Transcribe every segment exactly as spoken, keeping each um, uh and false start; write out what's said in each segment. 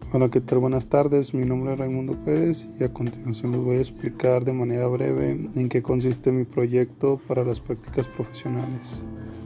Hola, ¿qué tal? Buenas tardes, mi nombre es Raimundo Pérez y a continuación les voy a explicar de manera breve en qué consiste mi proyecto para las prácticas profesionales.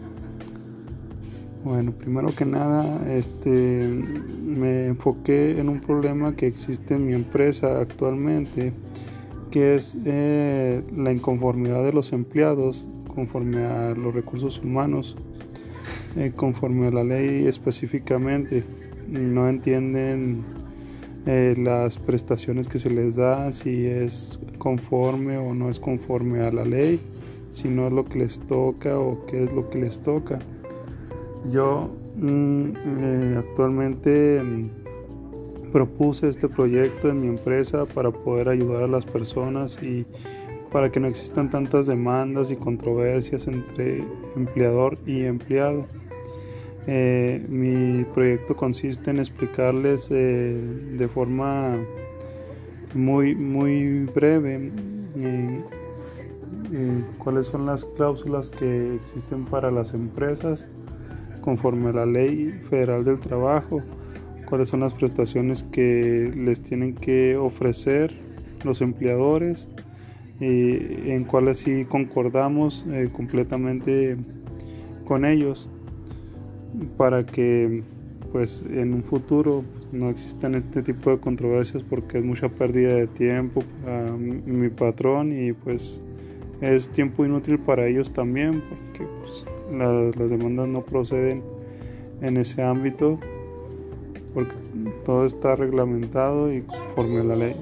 Bueno, primero que nada, este, me enfoqué en un problema que existe en mi empresa actualmente, que es eh, la inconformidad de los empleados conforme a los recursos humanos, eh, conforme a la ley específicamente. No entienden eh, las prestaciones que se les da, si es conforme o no es conforme a la ley, si no es lo que les toca o qué es lo que les toca. Yo mm, eh, actualmente mm, propuse este proyecto en mi empresa para poder ayudar a las personas y para que no existan tantas demandas y controversias entre empleador y empleado. Eh, mi proyecto consiste en explicarles eh, de forma muy, muy breve eh, eh, cuáles son las cláusulas que existen para las empresas conforme a la Ley Federal del Trabajo, cuáles son las prestaciones que les tienen que ofrecer los empleadores y en cuáles sí concordamos eh, completamente con ellos, para que pues en un futuro no existan este tipo de controversias, porque es mucha pérdida de tiempo para mi patrón y pues es tiempo inútil para ellos también, porque pues, las, las demandas no proceden en ese ámbito porque todo está reglamentado y conforme a la ley.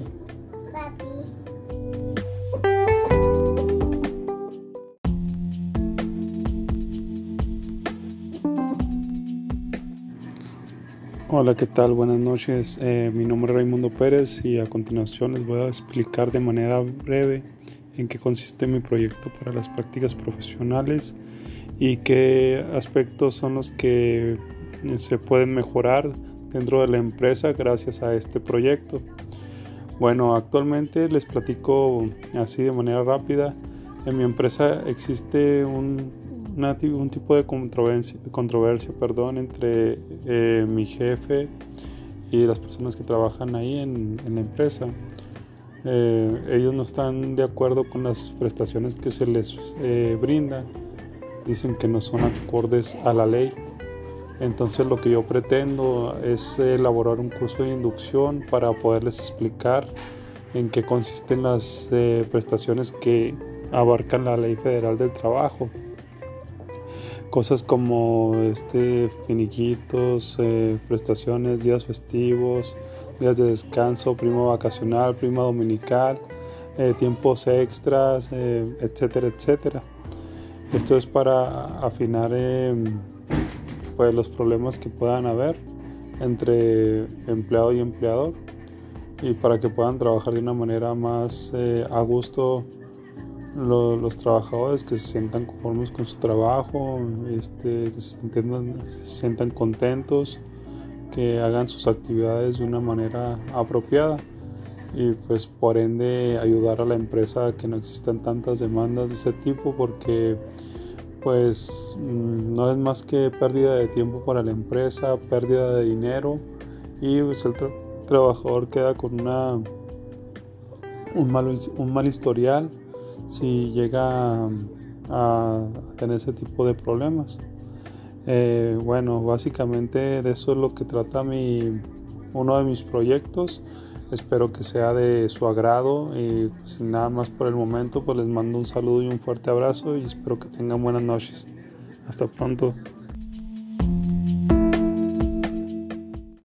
Hola, ¿qué tal? Buenas noches. Eh, mi nombre es Raimundo Pérez y a continuación les voy a explicar de manera breve en qué consiste mi proyecto para las prácticas profesionales y qué aspectos son los que se pueden mejorar dentro de la empresa gracias a este proyecto. Bueno, actualmente les platico así de manera rápida. En mi empresa existe un Una, un tipo de controversia, controversia perdón, entre eh, mi jefe y las personas que trabajan ahí en, en la empresa. Eh, ellos no están de acuerdo con las prestaciones que se les eh, brindan. Dicen que no son acordes a la ley. Entonces lo que yo pretendo es elaborar un curso de inducción para poderles explicar en qué consisten las eh, prestaciones que abarcan la Ley Federal del Trabajo. Cosas como este, finiquitos, eh, prestaciones, días festivos, días de descanso, prima vacacional, prima dominical, eh, tiempos extras, eh, etcétera, etcétera. Esto es para afinar eh, pues, los problemas que puedan haber entre empleado y empleador y para que puedan trabajar de una manera más eh, a gusto. Los, los trabajadores que se sientan conformes con su trabajo, este, que se, entiendan, se sientan contentos, que hagan sus actividades de una manera apropiada y pues por ende ayudar a la empresa a que no existan tantas demandas de ese tipo, porque pues no es más que pérdida de tiempo para la empresa, pérdida de dinero y pues el tra- trabajador queda con una, un, mal, un mal historial si llega a, a tener ese tipo de problemas. Eh, bueno, básicamente de eso es lo que trata mi, uno de mis proyectos. Espero que sea de su agrado y pues, sin nada más por el momento, pues les mando un saludo y un fuerte abrazo y espero que tengan buenas noches. Hasta pronto.